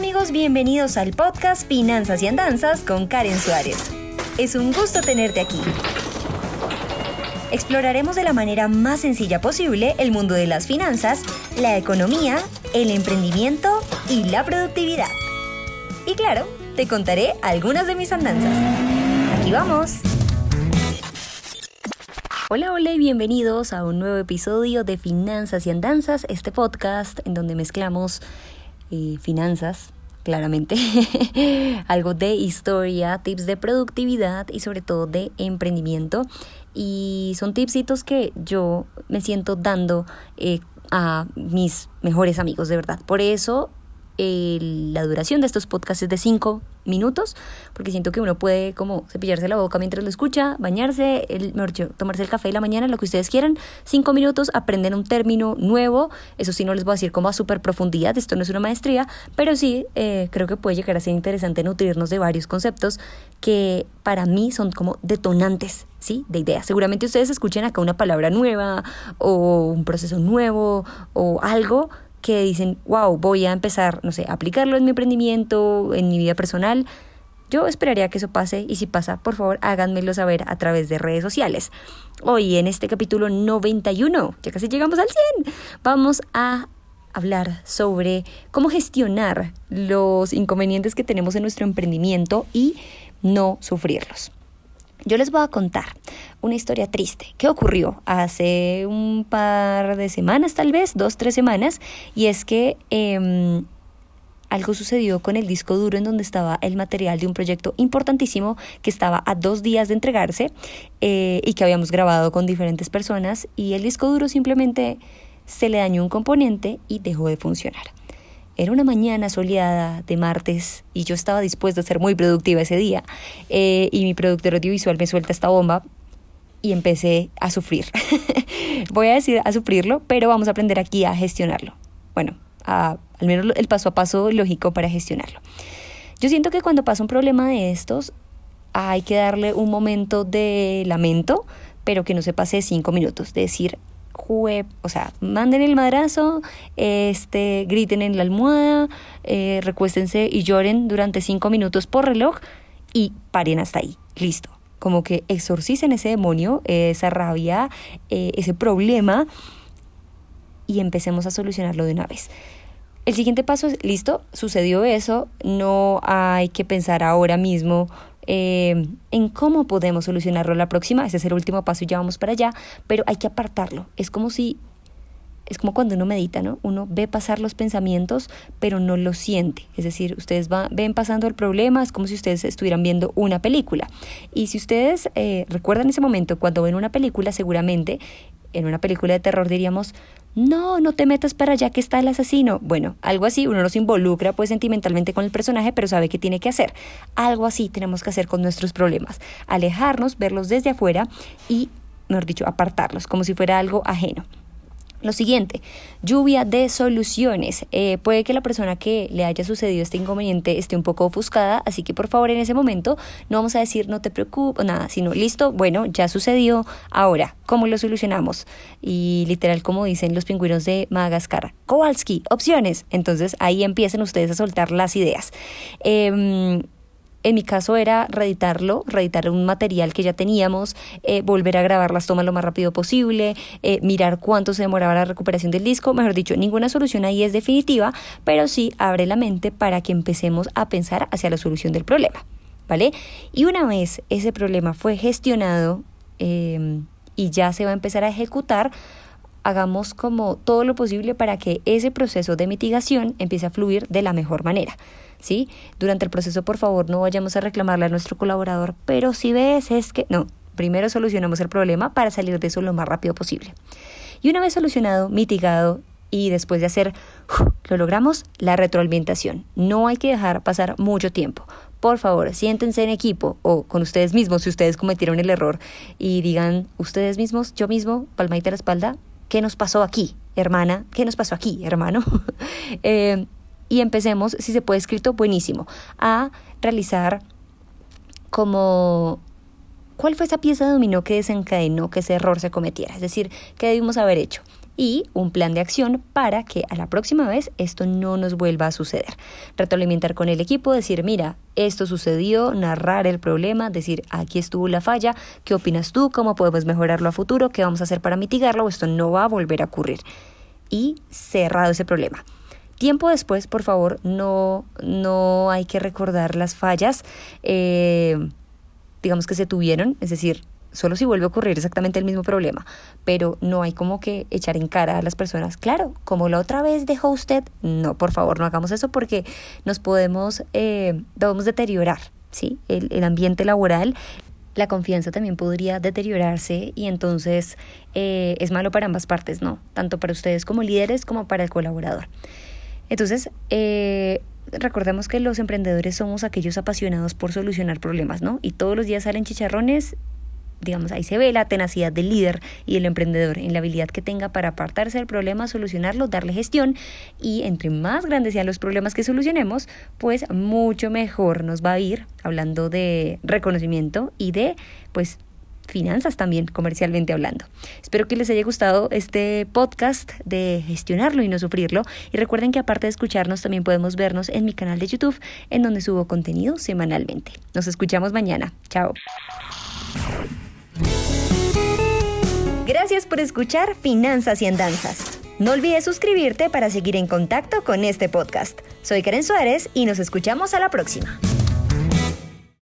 amigos, bienvenidos al podcast Finanzas y Andanzas con Karen Suárez. Es un gusto tenerte aquí. Exploraremos de la manera más sencilla posible el mundo de las finanzas, la economía, el emprendimiento y la productividad. Y claro, te contaré algunas de mis andanzas. ¡Aquí vamos! Hola y bienvenidos a un nuevo episodio de Finanzas y Andanzas, este podcast en donde mezclamos finanzas, claramente, algo de historia, tips de productividad y sobre todo de emprendimiento. Y son tipsitos que yo me siento dando a mis mejores amigos, de verdad. Por eso la duración de estos podcasts es de 5 minutos, porque siento que uno puede como cepillarse la boca mientras lo escucha, bañarse, tomarse el café de la mañana, lo que ustedes quieran. 5 minutos, aprenden un término nuevo. Eso sí, no les voy a decir como a súper profundidad, esto no es una maestría, pero sí creo que puede llegar a ser interesante nutrirnos de varios conceptos que para mí son como detonantes, ¿sí?, de ideas. Seguramente ustedes escuchen acá una palabra nueva o un proceso nuevo o algo que dicen, wow, voy a empezar, no sé, a aplicarlo en mi emprendimiento, en mi vida personal. Yo esperaría que eso pase, y si pasa, por favor, háganmelo saber a través de redes sociales. Hoy, en este capítulo 91, ya casi llegamos al 100, vamos a hablar sobre cómo gestionar los inconvenientes que tenemos en nuestro emprendimiento y no sufrirlos. Yo les voy a contar una historia triste que ocurrió hace un par de semanas, tal vez, 2-3 semanas, y es que algo sucedió con el disco duro en donde estaba el material de un proyecto importantísimo que estaba a 2 días de entregarse y que habíamos grabado con diferentes personas, y el disco duro simplemente se le dañó un componente y dejó de funcionar. Era una mañana soleada de martes y yo estaba dispuesta a ser muy productiva ese día. Y mi productor audiovisual me suelta esta bomba y empecé a sufrir. Voy a decir a sufrirlo, pero vamos a aprender aquí a gestionarlo. Bueno, al menos el paso a paso lógico para gestionarlo. Yo siento que cuando pasa un problema de estos, hay que darle un momento de lamento, pero que no se pase 5 minutos. De decir, manden el madrazo, griten en la almohada, recuéstense y lloren durante 5 minutos por reloj y paren hasta ahí, listo. Como que exorcicen ese demonio, esa rabia, ese problema, y empecemos a solucionarlo de una vez. El siguiente paso es, listo, sucedió eso, no hay que pensar ahora mismo en cómo podemos solucionarlo la próxima. Ese es el último paso y ya vamos para allá, pero hay que apartarlo. Es como cuando uno medita, ¿no? Uno ve pasar los pensamientos, pero no los siente. Es decir, ustedes ven pasando el problema, es como si ustedes estuvieran viendo una película. Y si ustedes recuerdan ese momento cuando ven una película, seguramente en una película de terror diríamos, no te metas para allá que está el asesino. Bueno, algo así, uno no se involucra pues sentimentalmente con el personaje, pero sabe qué tiene que hacer. Algo así tenemos que hacer con nuestros problemas. Alejarnos, verlos desde afuera y, mejor dicho, apartarlos, como si fuera algo ajeno. Lo siguiente, lluvia de soluciones. Puede que la persona que le haya sucedido este inconveniente esté un poco ofuscada, así que por favor en ese momento no vamos a decir no te preocupes, nada, sino listo, bueno, ya sucedió, ahora, ¿cómo lo solucionamos? Y literal, como dicen los pingüinos de Madagascar, Kowalski, opciones. Entonces ahí empiezan ustedes a soltar las ideas. En mi caso era reeditar un material que ya teníamos, volver a grabar las tomas lo más rápido posible, mirar cuánto se demoraba la recuperación del disco. Mejor dicho, ninguna solución ahí es definitiva, pero sí abre la mente para que empecemos a pensar hacia la solución del problema, ¿vale? Y una vez ese problema fue gestionado y ya se va a empezar a ejecutar, hagamos como todo lo posible para que ese proceso de mitigación empiece a fluir de la mejor manera, ¿sí? Durante el proceso, por favor, no vayamos a reclamarle a nuestro colaborador, pero si ves es que... No, primero solucionamos el problema para salir de eso lo más rápido posible. Y una vez solucionado, mitigado y después de hacer, lo logramos, la retroalimentación. No hay que dejar pasar mucho tiempo. Por favor, siéntense en equipo o con ustedes mismos si ustedes cometieron el error y digan, ustedes mismos, yo mismo, palmadita a la espalda, ¿qué nos pasó aquí, hermana? ¿Qué nos pasó aquí, hermano? Y empecemos, si se puede escrito, buenísimo, a realizar como ¿cuál fue esa pieza de dominó que desencadenó que ese error se cometiera? Es decir, ¿qué debimos haber hecho? y un plan de acción para que a la próxima vez esto no nos vuelva a suceder. Retroalimentar con el equipo, decir, mira, esto sucedió, narrar el problema, decir, aquí estuvo la falla, ¿qué opinas tú? ¿Cómo podemos mejorarlo a futuro? ¿Qué vamos a hacer para mitigarlo? Esto no va a volver a ocurrir. Y cerrado ese problema. Tiempo después, por favor, no hay que recordar las fallas, digamos que se tuvieron, es decir, solo si vuelve a ocurrir exactamente el mismo problema, pero no hay como que echar en cara a las personas, claro, como la otra vez dejó usted, no, por favor, no hagamos eso porque nos podemos deteriorar, ¿sí? El ambiente laboral, la confianza también podría deteriorarse y entonces es malo para ambas partes, ¿no? Tanto para ustedes como líderes como para el colaborador. Entonces, recordemos que los emprendedores somos aquellos apasionados por solucionar problemas, ¿no? Y todos los días salen chicharrones, digamos, ahí se ve la tenacidad del líder y del emprendedor en la habilidad que tenga para apartarse del problema, solucionarlo, darle gestión y entre más grandes sean los problemas que solucionemos, pues mucho mejor nos va a ir, hablando de reconocimiento y de, pues, finanzas también, comercialmente hablando. Espero que les haya gustado este podcast de gestionarlo y no sufrirlo. Y recuerden que aparte de escucharnos, también podemos vernos en mi canal de YouTube, en donde subo contenido semanalmente. Nos escuchamos mañana. Chao. Gracias por escuchar Finanzas y Andanzas. No olvides suscribirte para seguir en contacto con este podcast. Soy Karen Suárez y nos escuchamos a la próxima.